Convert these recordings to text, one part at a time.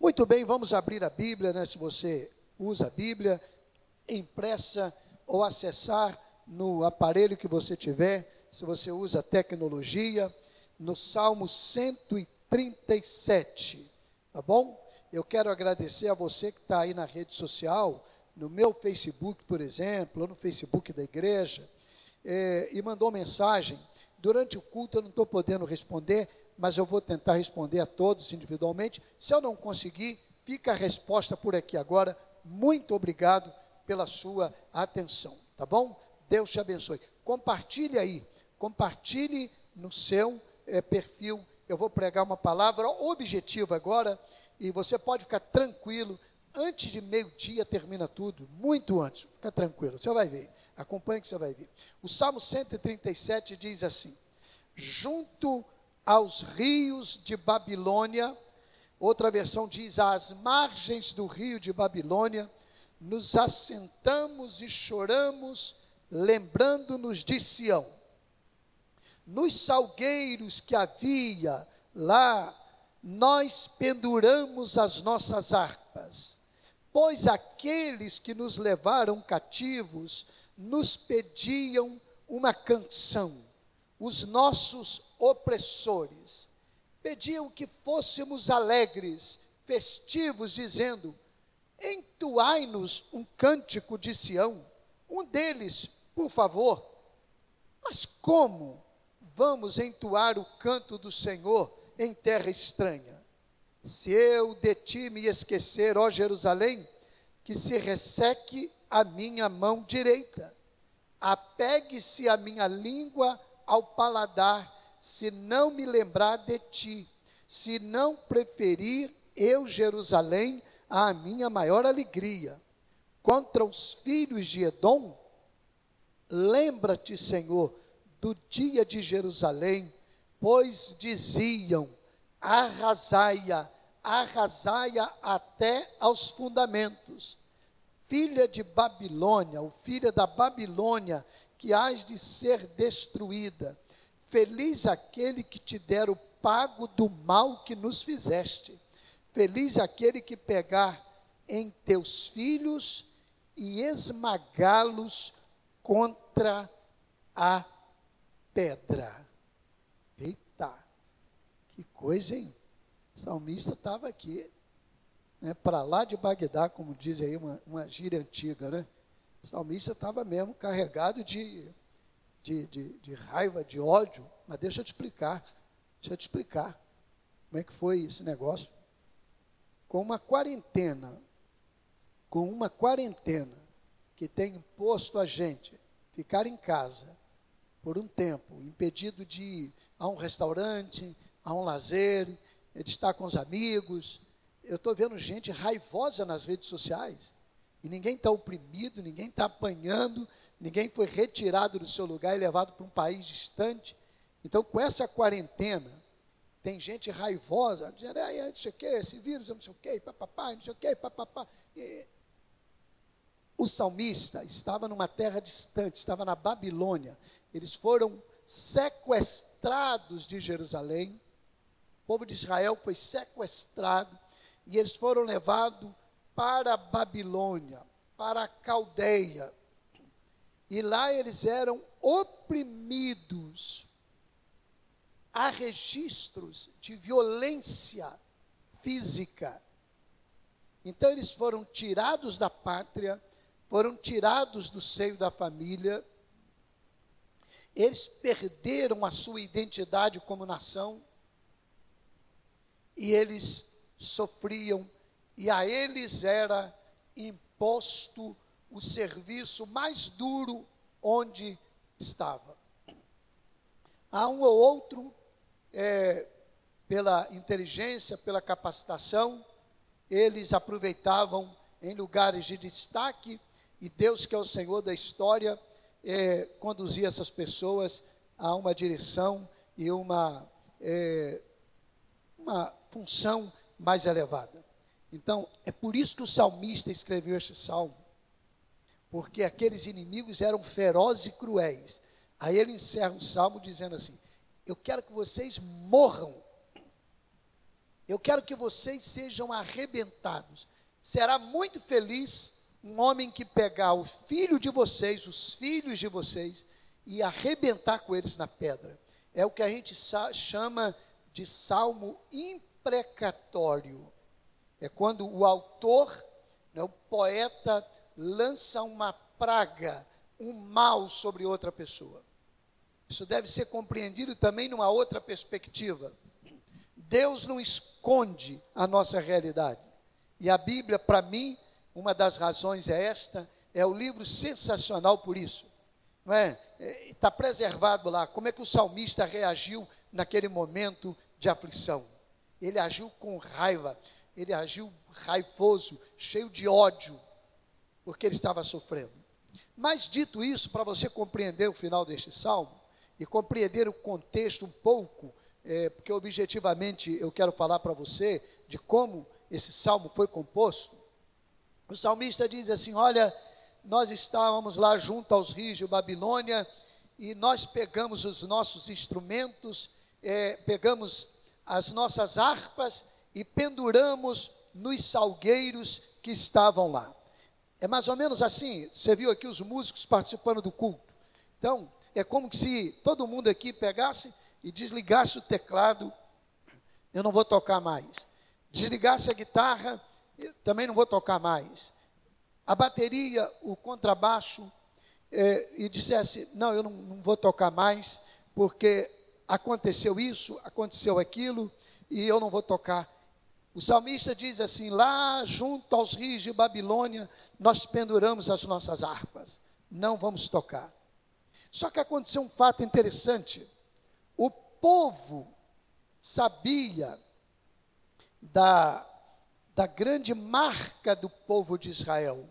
Muito bem, vamos abrir a Bíblia, né? Se você usa a Bíblia, impressa ou acessar no aparelho que você tiver, se você usa tecnologia, no Salmo 137, tá bom? Eu quero agradecer a você que está aí na rede social, no meu Facebook, por exemplo, ou no Facebook da igreja, e mandou mensagem. Durante o culto eu não estou podendo responder, mas eu vou tentar responder a todos individualmente. Se eu não conseguir, fica a resposta por aqui agora. Muito obrigado pela sua atenção, tá bom? Deus te abençoe. Compartilhe aí, compartilhe no seu perfil. Eu vou pregar uma palavra objetiva agora, e você pode ficar tranquilo. Antes de meio-dia termina tudo, muito antes. Fica tranquilo, você vai ver. Acompanhe que você vai ver. O Salmo 137 diz assim: junto aos rios de Babilônia, outra versão diz, às margens do rio de Babilônia, nos assentamos e choramos, lembrando-nos de Sião. Nos salgueiros que havia lá, nós penduramos as nossas harpas, pois aqueles que nos levaram cativos nos pediam uma canção. Os nossos opressores pediam que fôssemos alegres, festivos, dizendo: entoai-nos um cântico de Sião, um deles, por favor. Mas como vamos entoar o canto do Senhor em terra estranha? Se eu de ti me esquecer, ó Jerusalém, que se resseque a minha mão direita, apegue-se a minha língua ao paladar, se não me lembrar de ti, se não preferir eu, Jerusalém, a minha maior alegria. Contra os filhos de Edom, lembra-te, Senhor, do dia de Jerusalém, pois diziam: arrasai-a, arrasai-a até aos fundamentos. Filha de Babilônia, ou filha da Babilônia, que hás de ser destruída. Feliz aquele que te der o pago do mal que nos fizeste. Feliz aquele que pegar em teus filhos e esmagá-los contra a pedra. Eita, que coisa, hein? O salmista estava aqui, né, para lá de Bagdá, como diz aí uma gíria antiga, né? O salmista estava mesmo carregado de raiva, de ódio. Mas deixa eu te explicar como é que foi esse negócio. Com uma quarentena que tem imposto a gente ficar em casa por um tempo, impedido de ir a um restaurante, a um lazer, de estar com os amigos. Eu estou vendo gente raivosa nas redes sociais, e ninguém está oprimido, ninguém está apanhando, ninguém foi retirado do seu lugar e levado para um país distante. Então, com essa quarentena, tem gente raivosa, dizendo, não sei o que, esse vírus, não sei o que, papapá, não sei o que, papapá. O salmista estava numa terra distante, estava na Babilônia. Eles foram sequestrados de Jerusalém, o povo de Israel foi sequestrado, e eles foram levados para a Babilônia, para a Caldeia, e lá eles eram oprimidos. Há registros de violência física. Então eles foram tirados da pátria, foram tirados do seio da família, eles perderam a sua identidade como nação, e eles sofriam, e a eles era imposto o serviço mais duro onde estava. Há um ou outro, pela inteligência, pela capacitação, eles aproveitavam em lugares de destaque, e Deus, que é o Senhor da história, conduzia essas pessoas a uma direção e uma função mais elevada. Então, é por isso que o salmista escreveu este salmo, porque aqueles inimigos eram ferozes e cruéis. Aí ele encerra o salmo dizendo assim: eu quero que vocês morram, Eu quero que vocês sejam arrebentados. Será muito feliz um homem que pegar o filho de vocês, os filhos de vocês, e arrebentar com eles na pedra. É o que a gente chama de salmo imprecatório. É quando o autor, né, o poeta, lança uma praga, um mal sobre outra pessoa. Isso deve ser compreendido também numa outra perspectiva. Deus não esconde a nossa realidade. E a Bíblia, para mim, uma das razões é esta, é o livro sensacional por isso. Não é? Está preservado lá, como é que o salmista reagiu naquele momento de aflição. Ele agiu com raiva, ele agiu raivoso, cheio de ódio, porque ele estava sofrendo. Mas dito isso, para você compreender o final deste salmo, e compreender o contexto um pouco, porque objetivamente eu quero falar para você de como esse salmo foi composto. O salmista diz assim: olha, nós estávamos lá junto aos rios de Babilônia, e nós pegamos os nossos instrumentos, pegamos as nossas harpas e penduramos nos salgueiros que estavam lá. É mais ou menos assim. Você viu aqui os músicos participando do culto. Então, é como se todo mundo aqui pegasse e desligasse o teclado. Eu não vou tocar mais. Desligasse a guitarra, eu também não vou tocar mais. A bateria, o contrabaixo, e dissesse: não, eu não vou tocar mais, porque aconteceu isso, aconteceu aquilo, e eu não vou tocar. O salmista diz assim: lá junto aos rios de Babilônia, nós penduramos as nossas harpas, não vamos tocar. Só que aconteceu um fato interessante. O povo sabia da grande marca do povo de Israel.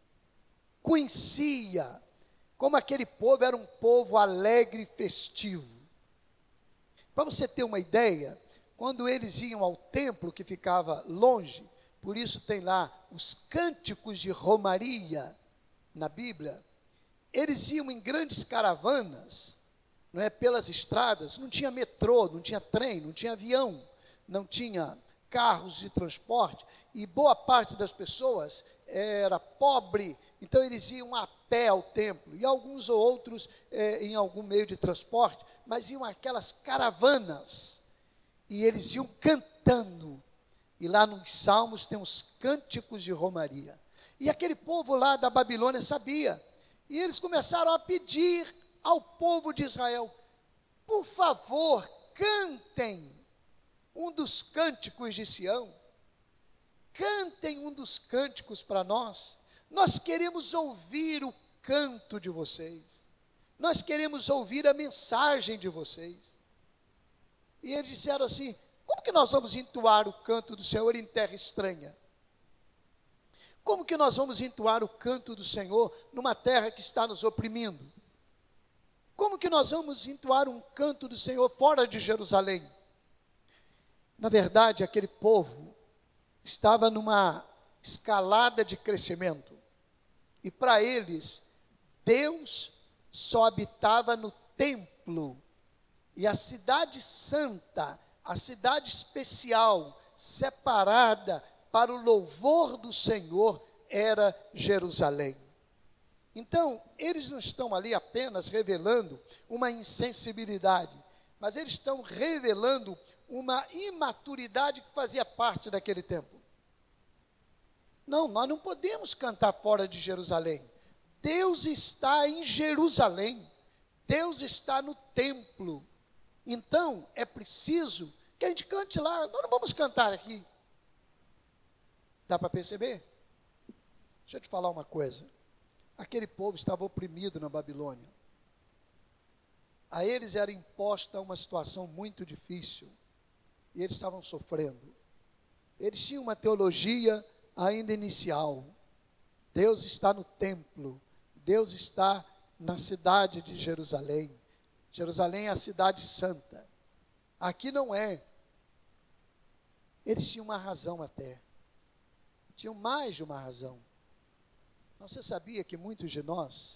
Conhecia como aquele povo era um povo alegre e festivo. Para você ter uma ideia, quando eles iam ao templo que ficava longe, por isso tem lá os cânticos de romaria na Bíblia, eles iam em grandes caravanas, não é, pelas estradas. Não tinha metrô, não tinha trem, não tinha avião, não tinha carros de transporte, e boa parte das pessoas era pobre, então eles iam a pé ao templo, e alguns ou outros em algum meio de transporte, mas iam aquelas caravanas, e eles iam cantando, e lá nos salmos tem os cânticos de romaria, e aquele povo lá da Babilônia sabia, e eles começaram a pedir ao povo de Israel: por favor, cantem um dos cânticos de Sião, cantem um dos cânticos para nós, nós queremos ouvir o canto de vocês, nós queremos ouvir a mensagem de vocês. E eles disseram assim: como que nós vamos entoar o canto do Senhor em terra estranha? Como que nós vamos entoar o canto do Senhor numa terra que está nos oprimindo? Como que nós vamos entoar um canto do Senhor fora de Jerusalém? Na verdade, aquele povo estava numa escalada de crescimento. E para eles, Deus só habitava no templo. E a cidade santa, a cidade especial, separada para o louvor do Senhor, era Jerusalém. Então, eles não estão ali apenas revelando uma insensibilidade, mas eles estão revelando uma imaturidade que fazia parte daquele tempo. Não, nós não podemos cantar fora de Jerusalém. Deus está em Jerusalém. Deus está no templo. Então, é preciso que a gente cante lá. Nós não vamos cantar aqui. Dá para perceber? Deixa eu te falar uma coisa. Aquele povo estava oprimido na Babilônia. A eles era imposta uma situação muito difícil. E eles estavam sofrendo. Eles tinham uma teologia ainda inicial. Deus está no templo. Deus está na cidade de Jerusalém. Jerusalém é a cidade santa. Aqui não é. Eles tinham uma razão até. Tinham mais de uma razão. Você sabia que muitos de nós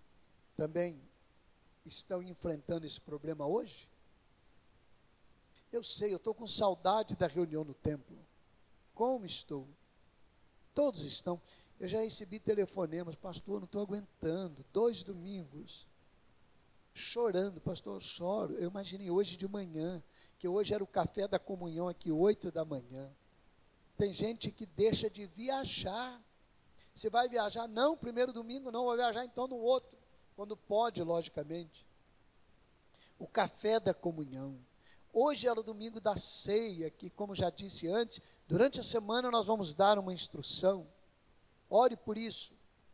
também estão enfrentando esse problema hoje? Eu sei, eu estou com saudade da reunião no templo. Como estou? Todos estão. Eu já recebi telefonemas, pastor, não estou aguentando. 2 domingos, chorando, pastor, eu choro. Eu imaginei hoje de manhã, que hoje era o café da comunhão aqui, 8 da manhã. Tem gente que deixa de viajar. Você vai viajar? Não, primeiro domingo não, vou viajar então no outro. Quando pode, logicamente. O café da comunhão. Hoje era o domingo da ceia, que, como já disse antes, durante a semana nós vamos dar uma instrução. Ore por isso.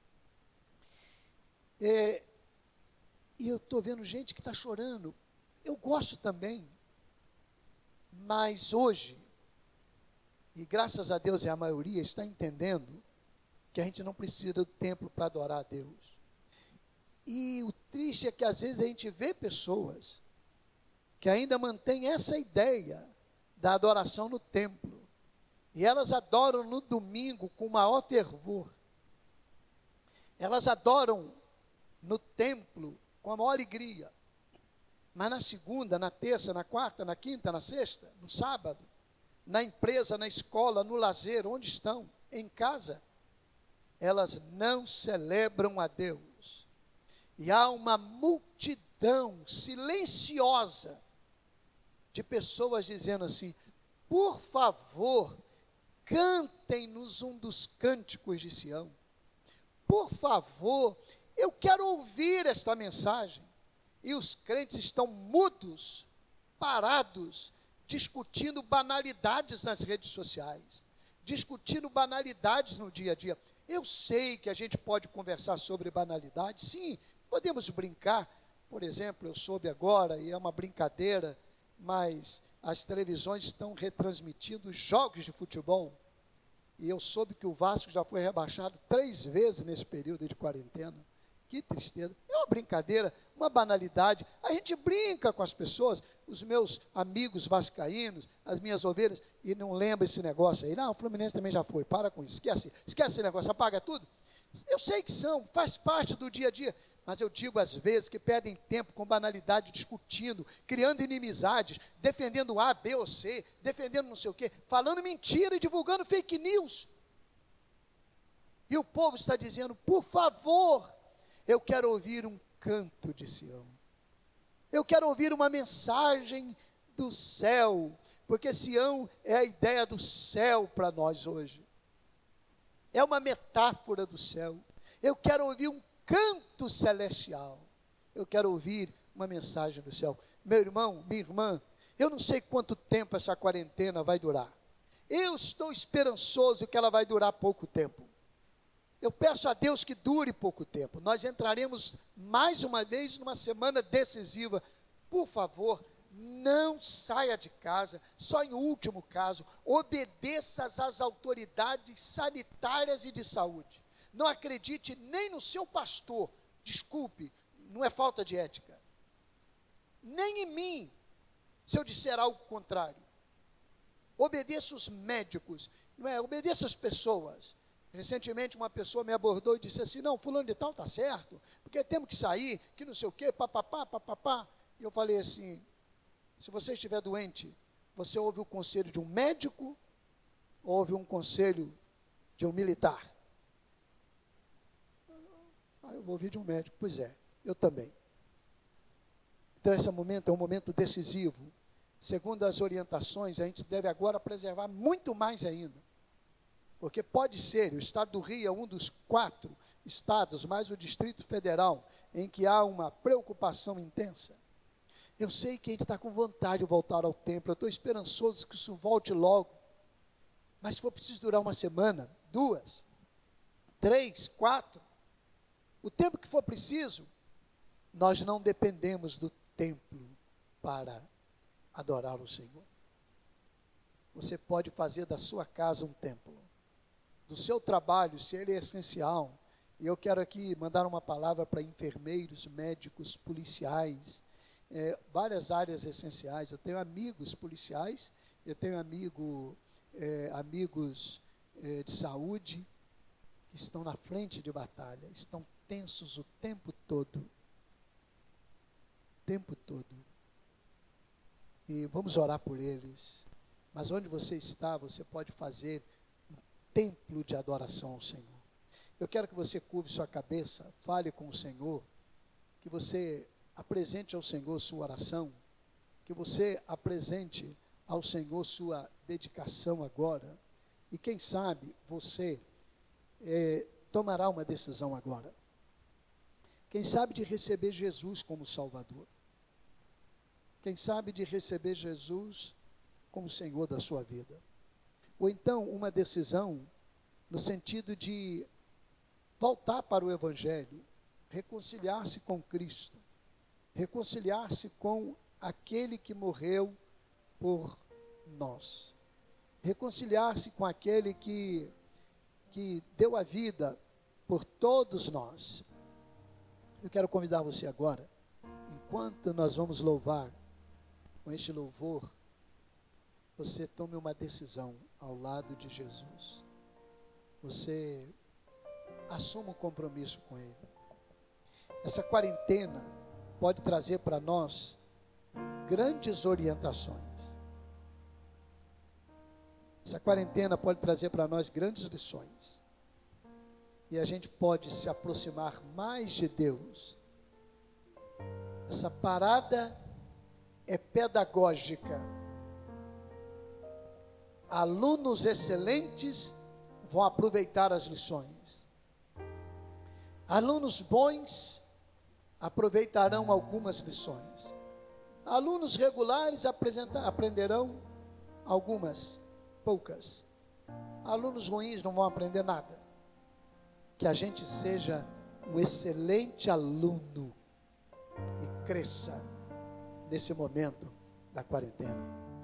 E eu estou vendo gente que está chorando. Eu gosto também. Mas hoje, e graças a Deus a maioria está entendendo que a gente não precisa do templo para adorar a Deus. E o triste é que às vezes a gente vê pessoas que ainda mantêm essa ideia da adoração no templo. E elas adoram no domingo com maior fervor. Elas adoram no templo com a maior alegria. Mas na segunda, na terça, na quarta, na quinta, na sexta, no sábado, na empresa, na escola, no lazer, onde estão? Em casa, elas não celebram a Deus. E há uma multidão silenciosa de pessoas dizendo assim: por favor, cantem-nos um dos cânticos de Sião. Por favor, eu quero ouvir esta mensagem. E os crentes estão mudos, parados, discutindo banalidades nas redes sociais, discutindo banalidades no dia a dia. Eu sei que a gente pode conversar sobre banalidades, sim, podemos brincar. Por exemplo, eu soube agora, e é uma brincadeira, mas as televisões estão retransmitindo jogos de futebol, e eu soube que o Vasco já foi rebaixado 3 vezes nesse período de quarentena. Que tristeza. É uma brincadeira, uma banalidade. A gente brinca com as pessoas, os meus amigos vascaínos, as minhas ovelhas, e não lembra esse negócio aí. Não, o Fluminense também já foi, para com isso, esquece esse negócio, apaga tudo. Eu sei que faz parte do dia a dia, mas eu digo às vezes que perdem tempo com banalidade, discutindo, criando inimizades, defendendo A, B ou C, defendendo não sei o quê, falando mentira e divulgando fake news. E o povo está dizendo: por favor, eu quero ouvir um canto de Sião. Eu quero ouvir uma mensagem do céu, porque Sião é a ideia do céu para nós hoje. É uma metáfora do céu. Eu quero ouvir um canto celestial. Eu quero ouvir uma mensagem do céu. Meu irmão, minha irmã, eu não sei quanto tempo essa quarentena vai durar. Eu estou esperançoso que ela vai durar pouco tempo. Eu peço a Deus que dure pouco tempo. Nós entraremos mais uma vez numa semana decisiva. Por favor, não saia de casa, só em último caso, obedeça às autoridades sanitárias e de saúde. Não acredite nem no seu pastor, desculpe, não é falta de ética. Nem em mim, se eu disser algo contrário. Obedeça os médicos, obedeça as pessoas. Recentemente uma pessoa me abordou e disse assim: não, fulano de tal está certo, porque temos que sair, que não sei o quê, papapá, papapá. E eu falei assim: se você estiver doente, você ouve o conselho de um médico ou ouve um conselho de um militar? Eu vou ouvir de um médico. Pois é, eu também. Então esse momento é um momento decisivo. Segundo as orientações, a gente deve agora preservar muito mais ainda. Porque pode ser, o estado do Rio é um dos 4 estados, mais o Distrito Federal, em que há uma preocupação intensa. Eu sei que a gente está com vontade de voltar ao templo, eu estou esperançoso que isso volte logo. Mas se for preciso durar uma semana, 2, 3, 4, o tempo que for preciso, nós não dependemos do templo para adorar o Senhor. Você pode fazer da sua casa um templo. Do seu trabalho, se ele é essencial, e eu quero aqui mandar uma palavra para enfermeiros, médicos, policiais, várias áreas essenciais. Eu tenho amigos policiais, eu tenho amigos de saúde, que estão na frente de batalha, estão tensos o tempo todo. O tempo todo. e vamos orar por eles. Mas onde você está, você pode fazer um templo de adoração ao Senhor. Eu quero que você curve sua cabeça, fale com o Senhor, que você apresente ao Senhor sua oração, que você apresente ao Senhor sua dedicação agora, e quem sabe você tomará uma decisão agora. Quem sabe de receber Jesus como Salvador. Quem sabe de receber Jesus como Senhor da sua vida. Ou então uma decisão no sentido de voltar para o Evangelho, reconciliar-se com Cristo, reconciliar-se com aquele que morreu por nós, reconciliar-se com aquele que deu a vida por todos nós. Eu quero convidar você agora, enquanto nós vamos louvar com este louvor, você tome uma decisão ao lado de Jesus. Você assuma um compromisso com Ele. Essa quarentena pode trazer para nós grandes orientações. Essa quarentena pode trazer para nós grandes lições. E a gente pode se aproximar mais de Deus. Essa parada é pedagógica. Alunos excelentes vão aproveitar as lições. Alunos bons aproveitarão algumas lições. Alunos regulares aprenderão algumas, poucas. Alunos ruins não vão aprender nada. Que a gente seja um excelente aluno e cresça nesse momento da quarentena.